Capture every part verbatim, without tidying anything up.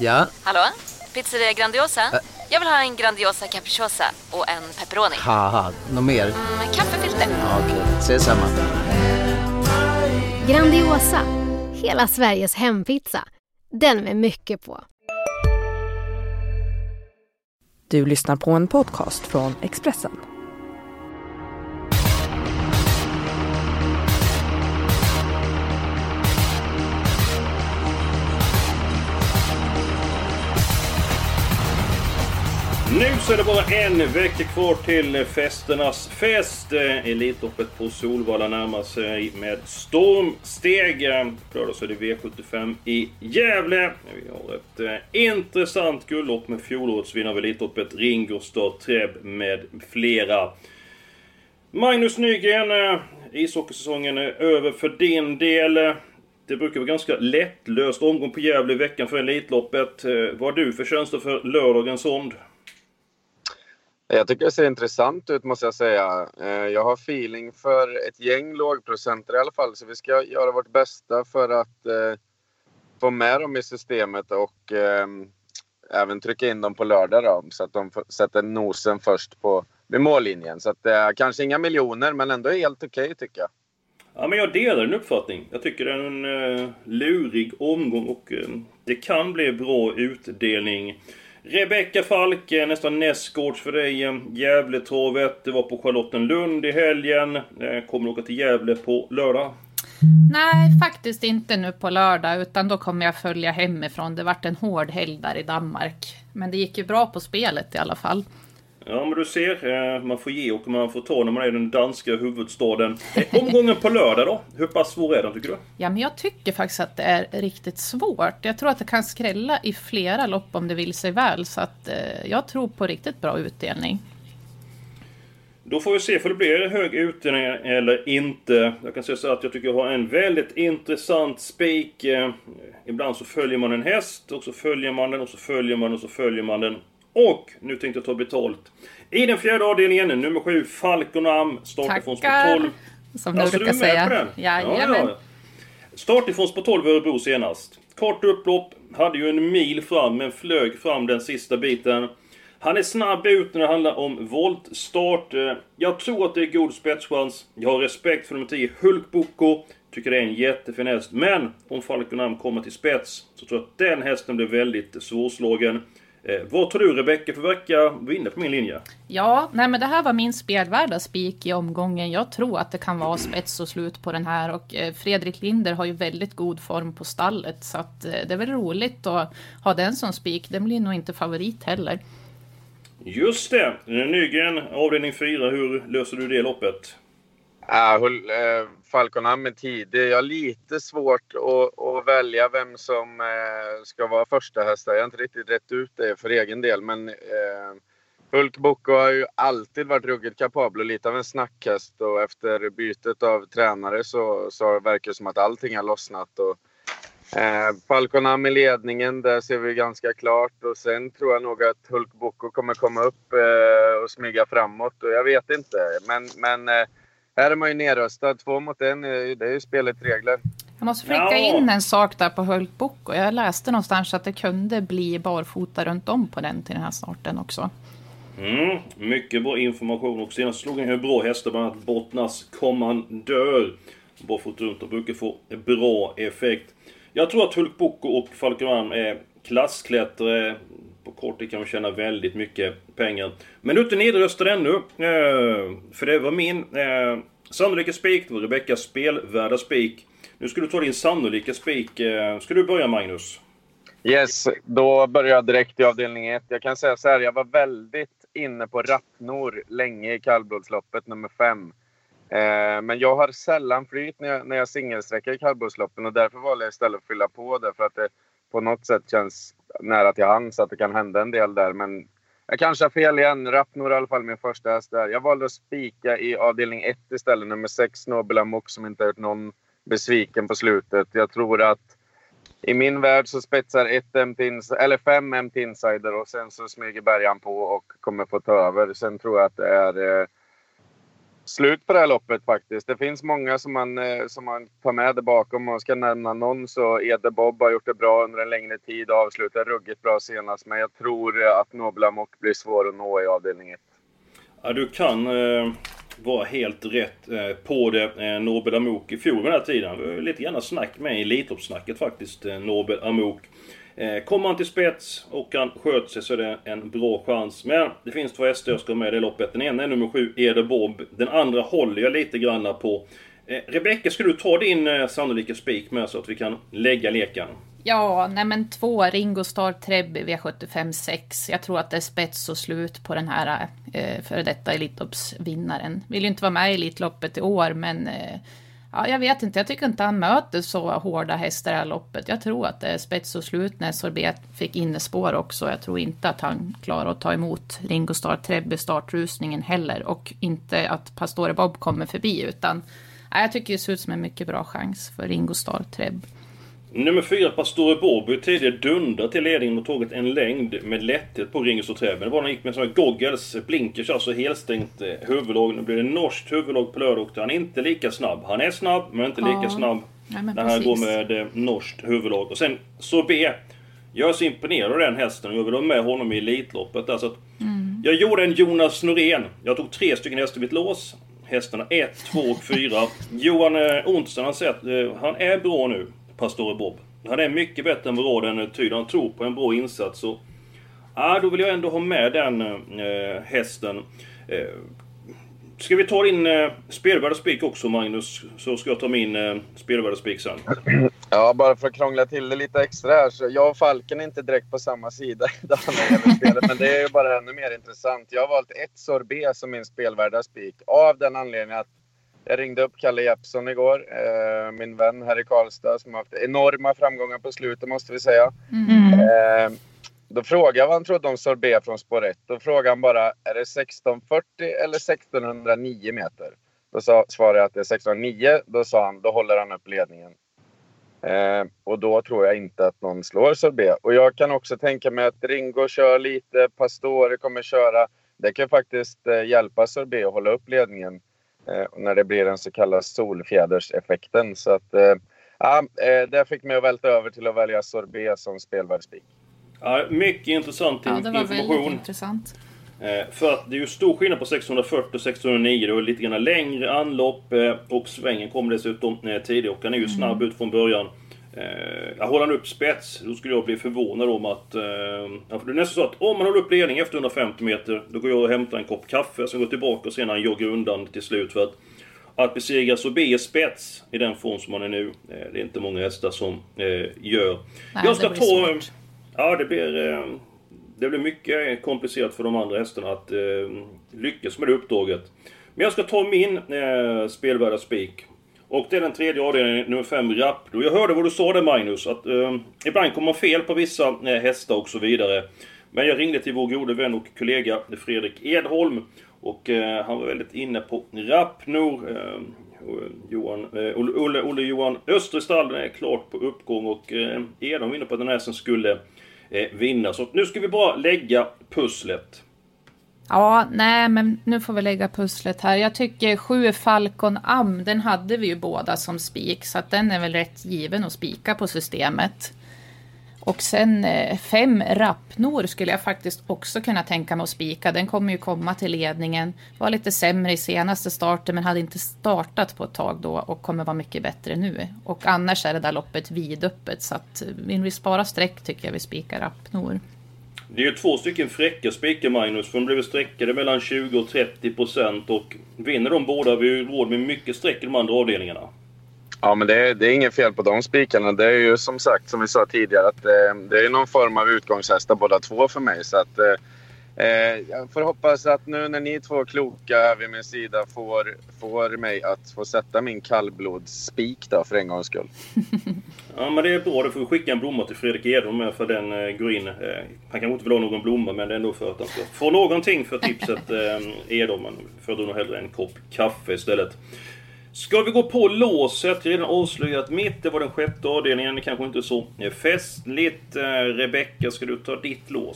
Ja? Hallå? Pizzeria Grandiosa? Ä- Jag vill ha en Grandiosa capriciosa och en pepperoni. Haha, något mer? Mm, kaffefilter. Ja, okej, okay. Ses samma. Grandiosa, hela Sveriges hempizza. Den med mycket på. Du lyssnar på en podcast från Expressen. Nu så är det bara en vecka kvar till festernas fest. Elitloppet på Solvalla närmar sig med stormsteg. På lördag så är det V sjuttiofem i Gävle. Vi har ett eh, intressant guldlopp med fjolårets vinnare av Elitloppet, Ringo Starr Treb med flera. Magnus Nygren, eh, ishockeysäsongen är över för din del. Det brukar vara ganska lättlöst omgång på Gävle i veckan för Elitloppet. Eh, vad har du för känsla för lördagens rond? Jag tycker det ser intressant ut, måste jag säga. Jag har feeling för ett gäng lågprocenter i alla fall. Så vi ska göra vårt bästa för att eh, få med dem i systemet och eh, även trycka in dem på lördag då, så att de f- sätter nosen först på vid mållinjen. Så att eh, kanske inga miljoner, men ändå helt okej okay, tycker jag. Ja, men jag delar en uppfattning. Jag tycker det är en uh, lurig omgång och uh, det kan bli bra utdelning. Rebecka Falk, nästan nästgårds för dig. Gävletravet, det var på Charlottenlund i helgen. Kommer du åka till Gävle på lördag? Nej, faktiskt inte nu på lördag, utan då kommer jag följa hemifrån. Det vart en hård helg där i Danmark. Men det gick ju bra på spelet i alla fall. Ja, men du ser, man får ge och man får ta när man är i den danska huvudstaden. Omgången på lördag då? Hur pass svår är den, tycker du? Ja, men jag tycker faktiskt att det är riktigt svårt. Jag tror att det kan skrälla i flera lopp om det vill sig väl. Så att eh, jag tror på riktigt bra utdelning. Då får vi se för det blir hög utdelning eller inte. Jag kan säga så att jag tycker jag har en väldigt intressant spik. Ibland så följer man en häst och så följer man den och så följer man och så följer man den. Och nu tänkte jag ta betalt. I den fjärde avdelningen, nummer sju, Falconam. Startifråns på tolv. Som du alltså, brukar säga. Ja, ja, ja. Startifråns på tolv Örebro senast. Kort upplopp. Hade ju en mil fram men flög fram den sista biten. Han är snabb ut när det handlar om voltstart. Jag tror att det är god spetschans. Jag har respekt för nummer tio, Hulk Boko. Tycker det är en jättefin häst. Men om Falconam kommer till spets så tror jag att den hästen blir väldigt svårslagen. Eh, vad tror du, Rebecka, för vecka vinner på min linje? Ja, nej men det här var min spelvärda spik i omgången. Jag tror att det kan vara spets och slut på den här. Och eh, Fredrik Linder har ju väldigt god form på stallet. Så att, eh, det är väl roligt att ha den som spik. Den blir nog inte favorit heller. Just det. Nygren, avdelning fyra. Hur löser du det loppet? Ja, äh, Falconam är tidig. Jag har lite svårt att, att välja vem som äh, ska vara första häst. Jag har inte riktigt rätt ut det för egen del. Men äh, Hulk Boko har ju alltid varit ruggigt kapabel och lite av en snackhäst. Och efter bytet av tränare så, så verkar det som att allting har lossnat. Och, äh, Falconam i ledningen, där ser vi ganska klart. Och sen tror jag nog att Hulk Boko kommer komma upp äh, och smyga framåt. Och jag vet inte, men... men äh, här är man ju nerröstad. Två mot en, det är ju spelet regler. Jag måste flika ja. in en sak där på Hulk Boko. Jag läste någonstans att det kunde bli barfota runt om på den till den här starten också. Mm, mycket bra information. Och senast slog en hur bra hästar, bland annat Bottnas kommandör. Barfota runt och brukar få bra effekt. Jag tror att Hulk Boko och Falconam är klassklättrare. På kort tid kan man tjäna väldigt mycket pengar. Men du är inte nedröstad ännu. Eh, för det var min eh, sannolika spik. Det var Rebeckas spelvärda spik. Nu ska du ta din sannolika spik. Eh, ska du börja, Magnus? Yes, då börjar jag direkt i avdelning ett. Jag kan säga så här, jag var väldigt inne på Rappnor länge i kallblodsloppet nummer fem. Eh, men jag har sällan flyt när jag, när jag singelsträcker i kallblodsloppen. Och därför valde jag istället att fylla på det. För att det på något sätt känns nära till hands att det kan hända en del där. Men jag kanske har fel igen. Rappnor i alla fall min första häst där. Jag valde att spika i avdelning ett istället. Nummer sex, Nobel Amok, som inte har gjort någon besviken på slutet. Jag tror att i min värld så spetsar ett M till ins- eller fem M till Insider. Och sen så smyger Bergan på och kommer få ta över. Sen tror jag att det är... Eh, slut på det här loppet faktiskt. Det finns många som man, som man tar med där bakom. Och ska nämna någon så Ede Bob har gjort det bra under en längre tid och avslutat ruggigt bra senast. Men jag tror att Nobel Amok blir svår att nå i avdelningen. Ja, du kan eh, vara helt rätt eh, på det. Eh, Nobel Amok i fjol med den här tiden. Vi var lite gärna snack med i Elitloppssnacket faktiskt. Eh, Nobel Amok. Eh, kommer han till spets och han sköter sig så är det en bra chans. Men det finns två hästar jag ska ha med i det loppet. Den ena är nummer sju, Ede Bob. Den andra håller jag lite grann på. Eh, Rebecka, ska du ta din eh, sannolika spik med så att vi kan lägga leken? Ja, nej men två Ringo Star Treb V sjuttiofem sex. Jag tror att det är spets och slut på den här eh, före detta Elitloppsvinnaren. Vill ju inte vara med i Elitloppet i år, men eh, ja, jag vet inte. Jag tycker inte han möter så hårda hästar i det här loppet. Jag tror att det är spets och slut när Sorbet fick innespår också. Jag tror inte att han klarar att ta emot Ringo Star Treb i startrusningen heller. Och inte att Pastore Bob kommer förbi, utan ja, jag tycker det ser ut som en mycket bra chans för Ringo Star Treb. Nummer fyra, Pastore Bob, tidigare dundrat till ledningen och tagit en längd med lätthet på Ringo Star Treb. Det var när han gick med sådana goggles, blinkers, alltså helstängt huvudlag. Nu blir det norskt huvudlag på lördag och han är inte lika snabb. Han är snabb, men inte lika ja. snabb ja, när han precis. går med eh, norskt huvudlag. Och sen Sorbet, jag är så imponerad av den hästen och jag vill ha med honom i Elitloppet. Alltså att mm. jag gjorde en Jonas Norén. Jag tog tre stycken hästar i mitt lås. Hästarna ett, två och fyra. Johan eh, Onsson har sett, eh, han är bra nu. Pastore Bob. Han är mycket bättre än vad den tyder. Han tror på en bra insats. Så, ja, då vill jag ändå ha med den eh, hästen. Eh, ska vi ta din eh, spelvärda spik också, Magnus? Så ska jag ta min eh, spelvärda spik sen. Ja, bara för att krångla till det lite extra här. Så jag och Falken är inte direkt på samma sida idag när det spelet, men det är ju bara ännu mer intressant. Jag har valt ett Sorbet som min spelvärda spik. Av den anledningen att jag ringde upp Kalle Jeppsson igår, eh, min vän här i Karlstad som har haft enorma framgångar på slutet måste vi säga. Mm. Eh, då frågade jag vad han trodde om Sorbet från spår ett. Då frågade han bara, är det sexton fyrtio eller sextonhundranio meter? Då sa, svarade jag att det är sextonhundranio. Då sa han, då håller han upp ledningen. Eh, och då tror jag inte att någon slår Sorbet. Och jag kan också tänka mig att Ringo kör lite, Pastore kommer köra. Det kan faktiskt eh, hjälpa Sorbet att hålla upp ledningen. Eh, när det blir en så kallad solfjäderseffekten. Så att, eh, ja, eh, det fick mig att välta över till att välja Sorbet som spelvärdsspik. Ja, mycket intressant ja, det var information. Väldigt intressant. Eh, för att det är ju stor skillnad på sextonhundrafyrtio och sextonhundranio. Det är lite grann längre anlopp eh, och svängen kommer dessutom eh, tidigt och han är ju mm. snabb ut från början. Eh, håller han upp spets, då skulle jag bli förvånad om att... Eh, ja, för det är nästan så att om man håller upp ledning efter hundrafemtio meter, då går jag och hämtar en kopp kaffe, sen går tillbaka och sen han joggar undan till slut. För att, att besegra Sorbet spets i den form som man är nu, eh, det är inte många hästar som eh, gör. Nej, jag ska det ta... Eh, ja, det blir... Eh, det blir mycket komplicerat för de andra hästarna att eh, lyckas med det uppdraget. Men jag ska ta min eh, spelvärda spik. Och det är den tredje avdelningen, nummer fem, Rapdo. Jag hörde vad du sa där, Magnus, att eh, ibland kommer man fel på vissa eh, hästar och så vidare. Men jag ringde till vår gode vän och kollega Fredrik Edholm. Och eh, han var väldigt inne på Rapnor. Eh, Johan, eh, Olle, Olle Johan Österstall är klart på uppgång. Och eh, Edholm var inne på att den här hästen skulle eh, vinna. Så nu ska vi bara lägga pusslet. Ja, nej men nu får vi lägga pusslet här. Jag tycker sju Falcon Am, den hade vi ju båda som spik. Så att den är väl rätt given att spika på systemet. Och sen fem Rapnor skulle jag faktiskt också kunna tänka mig att spika. Den kommer ju komma till ledningen. Var lite sämre i senaste starten men hade inte startat på ett tag då. Och kommer vara mycket bättre nu. Och annars är det där loppet vidöppet. Så att vill vi spara streck tycker jag vi spikar Rapnor. Det är ju två stycken fräcka spikar, Magnus, för de blev sträckade mellan tjugo och trettio procent och vinner de båda vi ju råd med mycket streck i de andra avdelningarna. Ja, men det är, det är ingen fel på de spikarna. Det är ju som sagt, som vi sa tidigare, att eh, det är någon form av utgångshästar båda två för mig. Så att eh, jag får hoppas att nu när ni två kloka vid min sida får, får mig att få sätta min kallblodsspik då för en gångs skull. Ja, men det är bra. Då får vi skicka en blomma till Fredrik Edholm med för den eh, går in. Eh, han kan inte vilja ha någon blomma, men det är ändå för att han ska få någonting för tipset eh, Edholm. Man föredrar nog hellre en kopp kaffe istället. Ska vi gå på låset? Redan avslöjat mitt. Det var den sjätte avdelningen. Det kanske inte är så festligt. Eh, Rebecka, ska du ta ditt lås?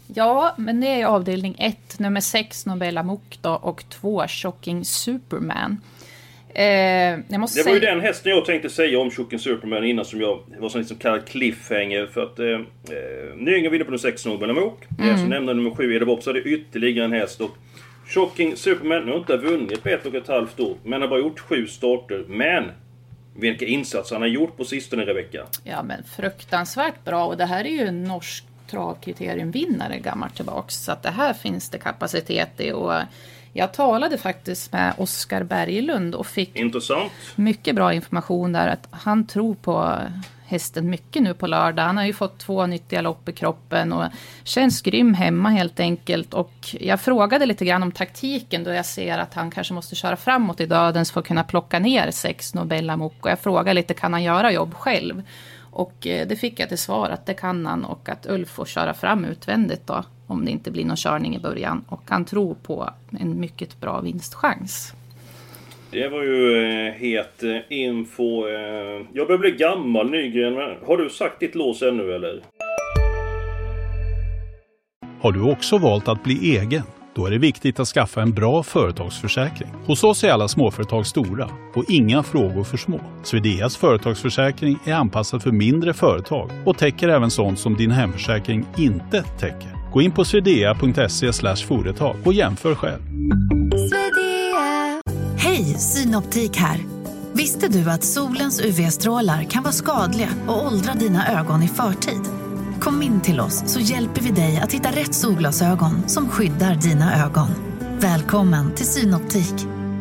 Ja, men det är avdelning ett, nummer sex Nobel Mok då, och två Shocking Superman. Eh, jag måste det var säga... ju den hästen jag tänkte säga om Shocking Superman innan, som jag var som liksom kallad cliffhanger, för att eh, Nygren ville på nummer sex Nobel Mok. Mm. Så nämnde nummer sju Eda Bob, så hade ytterligare en häst, och Shocking Superman nu inte vunnit på ett och ett halvt år, men har bara gjort sju starter. Men vilka insatser han har gjort på sistone, Rebecka? Ja, men fruktansvärt bra, och det här är ju en norsk travkriteriumvinnare gammalt tillbaks, så att det här finns det kapacitet i. Och jag talade faktiskt med Oskar Berglund och fick Intressant. mycket bra information där, att han tror på hästen mycket nu på lördag. Han har ju fått två nyttiga lopp i kroppen och känns grym hemma helt enkelt. Och jag frågade lite grann om taktiken, då jag ser att han kanske måste köra framåt i dödens för att kunna plocka ner sex Nobel Mok. Och jag frågade lite, kan han göra jobb själv? Och det fick jag till svar att det kan han, och att Ulf får köra fram utvändigt då, om det inte blir någon körning i början. Och han tror på en mycket bra vinstchans. Det var ju eh, het eh, info. Eh. Jag börjar bli gammal, Nygren. Men har du sagt ditt lås ännu, eller? Har du också valt att bli egen? Då är det viktigt att skaffa en bra företagsförsäkring. Hos oss är alla småföretag stora och inga frågor för små. Swedeas företagsförsäkring är anpassad för mindre företag och täcker även sånt som din hemförsäkring inte täcker. Gå in på swedea punkt se slash företag och jämför själv. Hej, Synoptik här. Visste du att solens U V-strålar kan vara skadliga och åldra dina ögon i förtid? Kom in till oss så hjälper vi dig att hitta rätt solglasögon som skyddar dina ögon. Välkommen till Synoptik.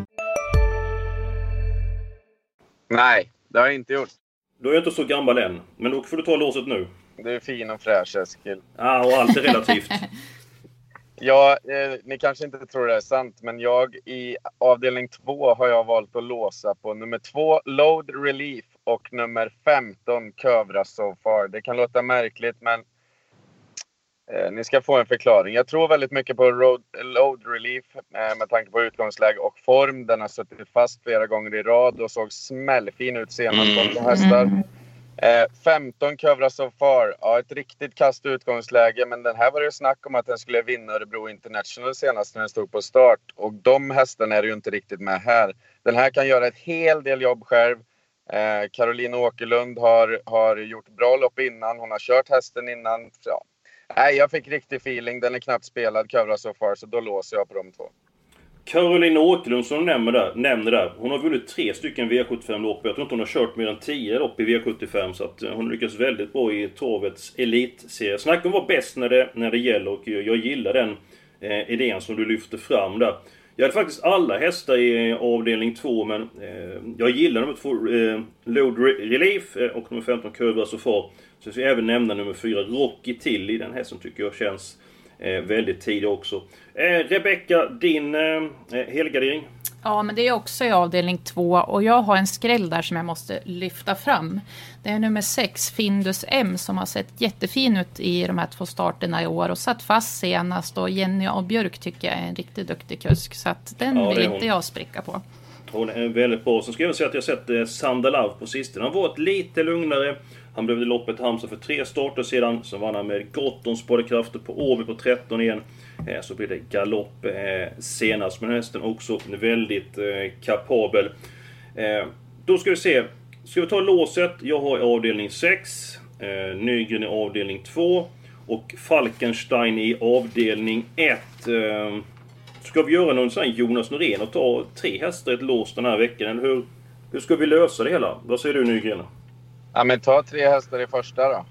Nej, det har jag inte gjort. Du är inte så gammal än, men då får du ta låset nu. Du är fin och fräsch, Eskil. Ja, och allt är relativt. Ja, eh, ni kanske inte tror det är sant, men jag i avdelning två har jag valt att låsa på nummer två Load Relief och nummer femton Kövra So Far. Det kan låta märkligt, men eh, ni ska få en förklaring. Jag tror väldigt mycket på road, Load Relief eh, med tanke på utgångsläge och form. Den har suttit fast flera gånger i rad och såg smällfin ut senast på hästar. Eh, femton Kövra So Far. Ja, ett riktigt kast utgångsläge, men den här var det snack om att den skulle vinna Örebro International senast när den stod på start. Och de hästarna är ju inte riktigt med här. Den här kan göra ett hel del jobb själv. Eh, Caroline Åkerlund har, har gjort bra lopp innan. Hon har kört hästen innan. Ja. Nej, jag fick riktig feeling. Den är knappt spelad, Kövra So Far, så då låser jag på de två. Caroline Åkerlund som nämner där, nämner där, hon har vunnit tre stycken V sjuttiofem-lopp. Jag tror inte hon har kört mer än tio lopp i V sjuttiofem, så att hon lyckas väldigt bra i travets elitserie. Snack om var bäst när det, när det gäller, och jag gillar den eh, idén som du lyfter fram där. Jag hade faktiskt alla hästar i avdelning två, men eh, jag gillar nummer två eh, Load Relief eh, och nummer femton Kövra So Far. Så jag ska även nämna nummer fyra Rocky Till i den hästen, tycker jag känns Eh, väldigt tidigt också. Eh, Rebecka, din eh, helgardering? Ja, men det är också i avdelning två, och jag har en skräll där som jag måste lyfta fram. Det är nummer sex Findus M som har sett jättefin ut i de här två starterna i år och satt fast senast, och Jenny A. Björk tycker jag är en riktigt duktig kusk, så att den ja, vill inte jag spricka på. Hon är väldigt bra. Så ska jag säga att jag har sett eh, Sandalav på sistone. Han var ett lite lugnare. Han blev i loppet Halmstad för tre starter sedan. Så vann han med Grottons Spadekrafter på Åby på tretton igen. Eh, så blir det galopp eh, senast. Men hästen också väldigt eh, kapabel. Eh, då ska vi se. Ska vi ta låset? Jag har i avdelning sex. Eh, Nygren i avdelning två. Och Falkenstein i avdelning ett. Eh, Ska vi göra någon sån här Jonas Norén och ta tre hästar i ett lås den här veckan? Eller hur, hur ska vi lösa det hela? Vad säger du, Nygren? Ja, men ta tre hästar i första då.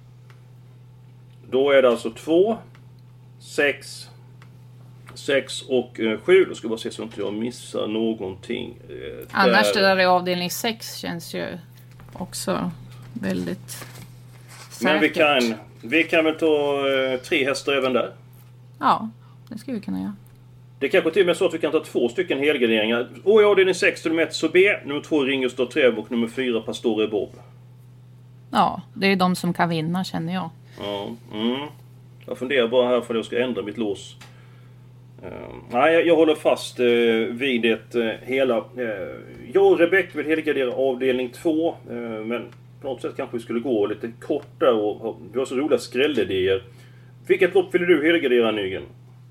Då är det alltså två, sex, sex och eh, sju. Då ska jag bara se så att jag inte missar någonting. Eh, Annars det där i avdelning sex känns ju också väldigt säkert. Men vi kan, vi kan väl ta eh, tre hästar även där? Ja, det ska vi kunna göra. Det kanske till och med så att vi kan ta två stycken helgarderingar. Och i avdelning sex, nummer ett Sobé, nummer två Ringelstad Träb och nummer fyra Pastore Bob. Ja, det är de som kan vinna, känner jag. Ja, mm. Jag funderar bara här för att jag ska ändra mitt lås. Uh, nej, jag, jag håller fast uh, vid det uh, hela. Uh, jag och Rebecka vill helgardera avdelning två. Uh, men på något sätt kanske vi skulle gå lite kortare. Och, och, vi har så roliga skrällidéer. Vilket lopp ville du helgardera, Nygren?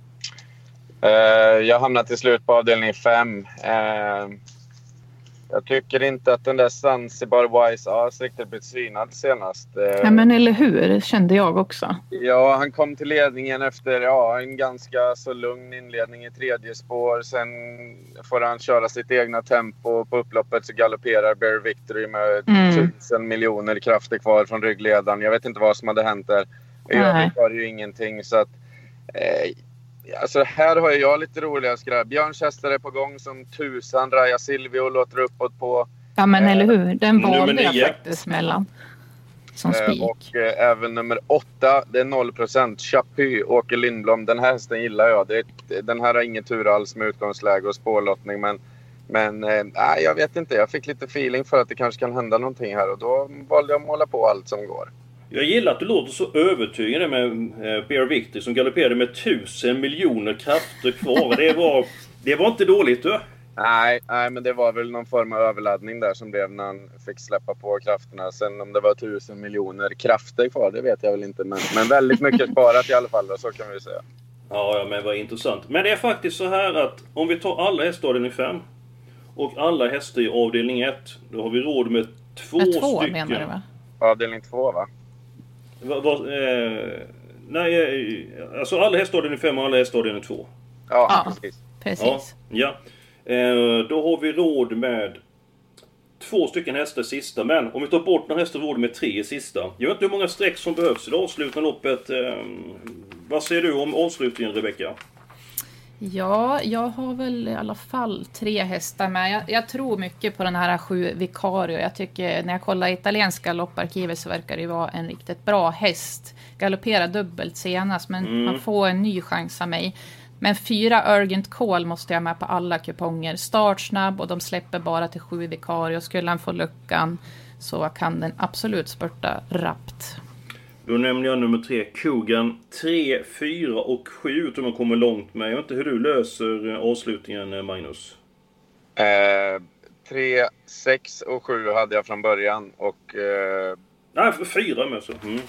Uh, jag hamnade till slut på avdelning fem. Uh, jag tycker inte att den där Zanzibar Wise Ass riktigt blivit synad senast. Uh, ja, men eller hur? Det kände jag också. Ja, han kom till ledningen efter ja, en ganska så lugn inledning i tredje spår. Sen får han köra sitt egna tempo. På upploppet så galopperar Bear Victory med mm. tusen miljoner krafter kvar från ryggledaren. Jag vet inte vad som hade hänt där. I övrigt var det ju ingenting. Så att, eh, alltså här har jag lite roliga skräp. Björn Chester är på gång som tusan. Raja Silvio låter uppåt på. Ja, men eh, eller hur? Den valde jag faktiskt mellan. Som spik. Eh, och eh, även nummer åtta, det är noll procent. Chapuis, Åke Lindblom. Den här hästen gillar jag. Det, den här har ingen tur alls med utgångsläge och spårlottning. Men, men eh, jag vet inte. Jag fick lite feeling för att det kanske kan hända någonting här. Och då valde jag att måla på allt som går. Jag gillar att du låter så övertygande med eh, Bear Victory som galopperade med tusen miljoner krafter kvar. Det var, det var inte dåligt, du. Nej, nej, men det var väl någon form av överladdning där som blev när han fick släppa på krafterna. Sen om det var tusen miljoner krafter kvar, det vet jag väl inte. Men, men väldigt mycket sparat i alla fall, då, så kan vi säga. Ja, ja, men vad intressant. Men det är faktiskt så här att om vi tar alla hästar i avdelning fem och alla hästar i avdelning ett, då har vi råd med två, med två stycken. Menar du, va? Avdelning två, va? Va, va, eh, nej, alltså alla hästar i avdelning fem och alla hästar i avdelning två. Ja, ja, precis. precis. Ja, ja. Eh, då har vi råd med två stycken hästar sista. Men om vi tar bort några hästar råd med tre i sista. Jag vet inte hur många streck som behövs i det avslutande loppet. Eh, vad säger du om avslutningen, Rebecka? Ja, jag har väl i alla fall tre hästar med. Jag, jag tror mycket på den här sju Vicario. Jag tycker när jag kollar italienska lopparkivet så verkar det vara en riktigt bra häst. Galoppera dubbelt senast, men mm. man får en ny chans av mig. Men fyra Urgent Call måste jag med på alla kuponger. Startsnabb och de släpper bara till sju Vicario. Skulle han få luckan så kan den absolut spurta rappt. Då nämner jag nummer tre, Kogan. tre, fyra och sju om man kommer långt med. Jag vet inte hur du löser avslutningen, Magnus. Eh, tre, sex och sju hade jag från början. Och, eh, nej, fyra med så. Mm.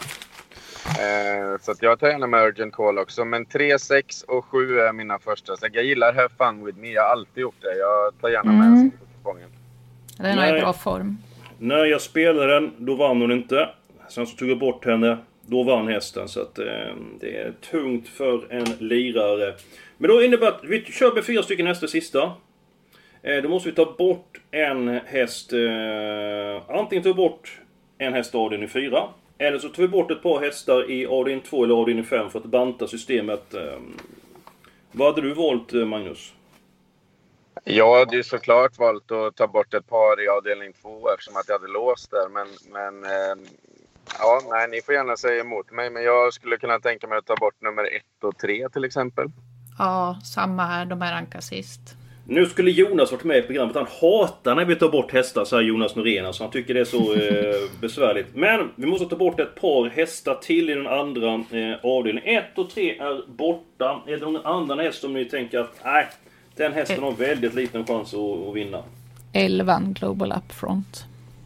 Eh, så att jag tar gärna med Urgent Call också. Men tre, sex och sju är mina första. Så jag gillar Have Fun With Me. Jag har alltid gjort det. Jag tar gärna med mm. kupongen. Den är i bra form. När jag spelade den, då vann hon inte. Sen så tog jag bort henne. Då vann hästen. Så att, eh, det är tungt för en lirare. Men då innebär att vi kör med fyra stycken hästar sista. Eh, då måste vi ta bort en häst. Eh, antingen ta bort en häst avdelning fyra. Eller så tar vi bort ett par hästar i avdelning två eller avdelning fem för att banta systemet. Eh, vad hade du valt, Magnus? Jag hade ju såklart valt att ta bort ett par i avdelning två eftersom att jag hade låst där. Men, men eh, ja, nej, ni får gärna säga emot mig. Men jag skulle kunna tänka mig att ta bort nummer ett och tre till exempel. Ja, samma här. De här rankar sist. Nu skulle Jonas varit med i programmet. Han hatar när vi tar bort hästar, så här Jonas Norén. Så han tycker det är så eh, besvärligt. Men vi måste ta bort ett par hästar till i den andra eh, avdelningen. ett och tre är borta. Är det någon annan häst som ni tänker att nej, den hästen har väldigt liten chans att, att vinna? elvan Global Upfront.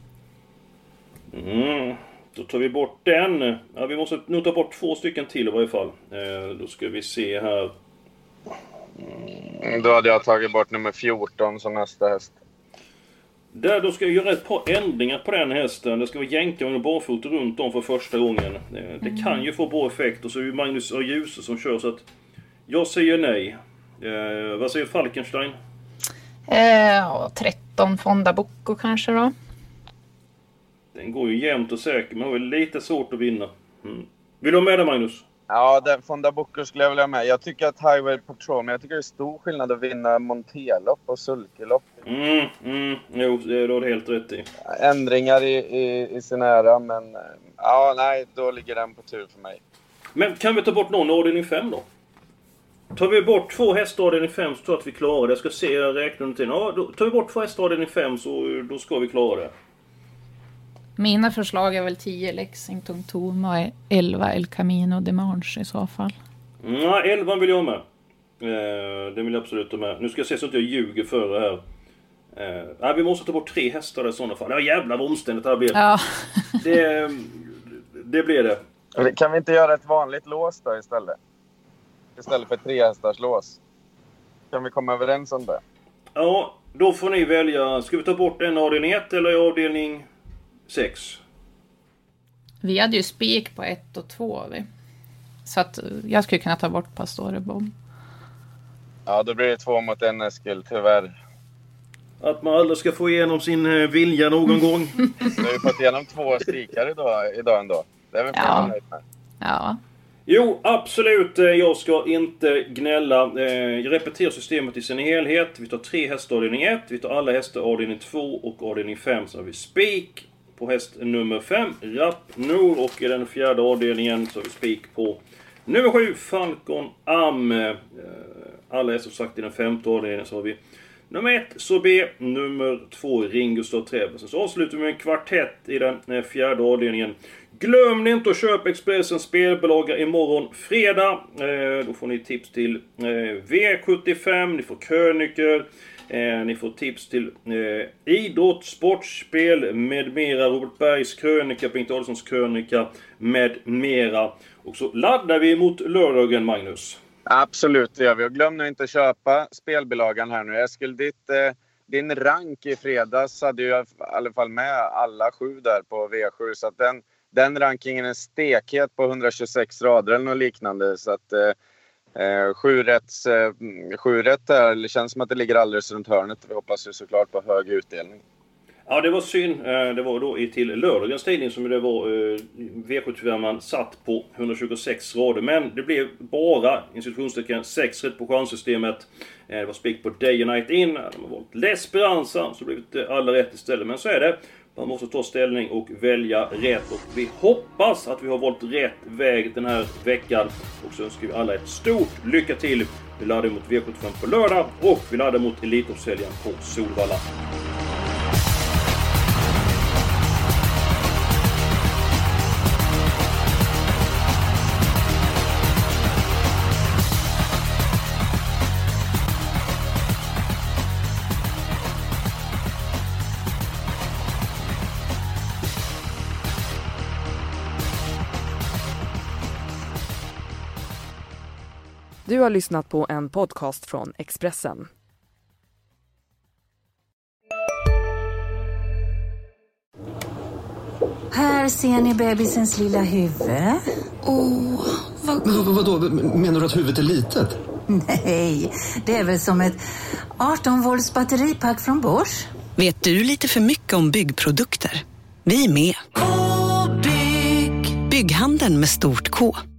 Mm, då tar vi bort den. Ja, vi måste nog ta bort två stycken till i varje fall. Eh, då ska vi se här. Mm, då hade jag tagit bort nummer fjorton som nästa häst. Där då ska jag göra ett par ändringar på den hästen. Det ska vara jänkarvagn och barfot runt om för första gången. Det, det kan ju få bra effekt. Och så är det Magnus och Ljuse som kör, så att jag säger nej. Eh, vad säger Falkenstein? Eh, tretton Fonda Bocco kanske då. Den går ju jämnt och säkert, men har väl lite svårt att vinna. Mm. Vill du ha med det, Magnus? Ja, den Fonda Bocco skulle jag vilja ha med. Jag tycker att Highway Patrol, men jag tycker det är stor skillnad att vinna Montelopp och Sulkelopp. Mm, mm, jo, det har du helt rätt i. Ändringar i, i, i sin ära, men ja, nej, då ligger den på tur för mig. Men kan vi ta bort någon avdelning fem då? Tar vi bort två hästar avdelning fem så tror jag att vi klarar det. Jag ska se, jag räknar till. Ja, då tar vi bort två hästar avdelning fem så då ska vi klara det. Mina förslag är väl tio Lexington Tom och elva El Camino de Manche i så fall. Nej, elva vill jag ha med. Eh, det vill jag absolut ha med. Nu ska jag se så att jag ljuger för det här. Eh, nej, vi måste ta bort tre hästar i sådana fall. Ja, jävla vad omständigt det här blir. Ja. det, det blir det. Kan vi inte göra ett vanligt lås då istället? Istället för tre hästars lås. Kan vi komma överens om det? Ja, då får ni välja. Ska vi ta bort en avdelning ett eller avdelning sex? Vi hade ju spik på ett och två. Vi. Så att jag skulle kunna ta bort Pastorebom. Ja, då blir det två mot en, Eskil, tyvärr. Att man aldrig ska få igenom sin vilja någon gång. Du har ju fått igenom två spikar idag, idag ändå. Det är väl ja. nöjd med. Ja. Jo, absolut. Jag ska inte gnälla. Jag repeterar systemet i sin helhet. Vi tar tre hästar avdelning ett. Vi tar alla hästar avdelning två och avdelning fem. Så har vi spik på häst nummer fem, Rappnor. Och i den fjärde avdelningen så har vi spik på nummer sju, Falcon Am. Alla hästar som sagt i den femte avdelningen så har vi nummer ett, Sobe, nummer två, Ring Gustav Träbe. Så avslutar vi med en kvartett i den fjärde avdelningen. Glöm inte att köpa Expressens spelbelaga imorgon fredag. Eh, då får ni tips till eh, V sjuttiofem, ni får kröniker, eh, ni får tips till eh, idrott, sportspel med mera. Robert Bergs krönika, Bengt Adolfssons krönika med mera. Och så laddar vi mot lördagen, Magnus. Absolut, det gör vi. Och glöm nu inte att köpa spelbilagan här nu. Eskil, ditt, eh, din rank i fredags hade ju i alla fall med alla sju där på V sju. Så att den, den rankingen är stekhet på hundratjugosex rader eller något liknande. Så att eh, sju, rätts, eh, sju rätt där, det känns som att det ligger alldeles runt hörnet. Vi hoppas ju såklart på hög utdelning. Ja, det var synd. Det var då till lördagens tidning som det var V sjuttiofem man satt på hundratjugosex rader. Men det blev bara institutionstecken sex rätt på chanssystemet. Det var spik på Day and Night In. De har valt L'Esperanza, så blev det alla rätt istället. Men så är det. Man måste ta ställning och välja rätt. Och vi hoppas att vi har valt rätt väg den här veckan. Och så önskar vi alla ett stort lycka till. Vi laddar mot V sjuttiofem på lördag och vi laddar mot Elitloppshelgen på Solvalla. Du har lyssnat på en podcast från Expressen. Här ser ni bebisens lilla huvud. Åh, vad... Men vad, vadå? Menar du att huvudet är litet? Nej, det är väl som ett arton volts batteripack från Bosch. Vet du lite för mycket om byggprodukter? Vi är med. K-bygg. Bygghandeln med stort K.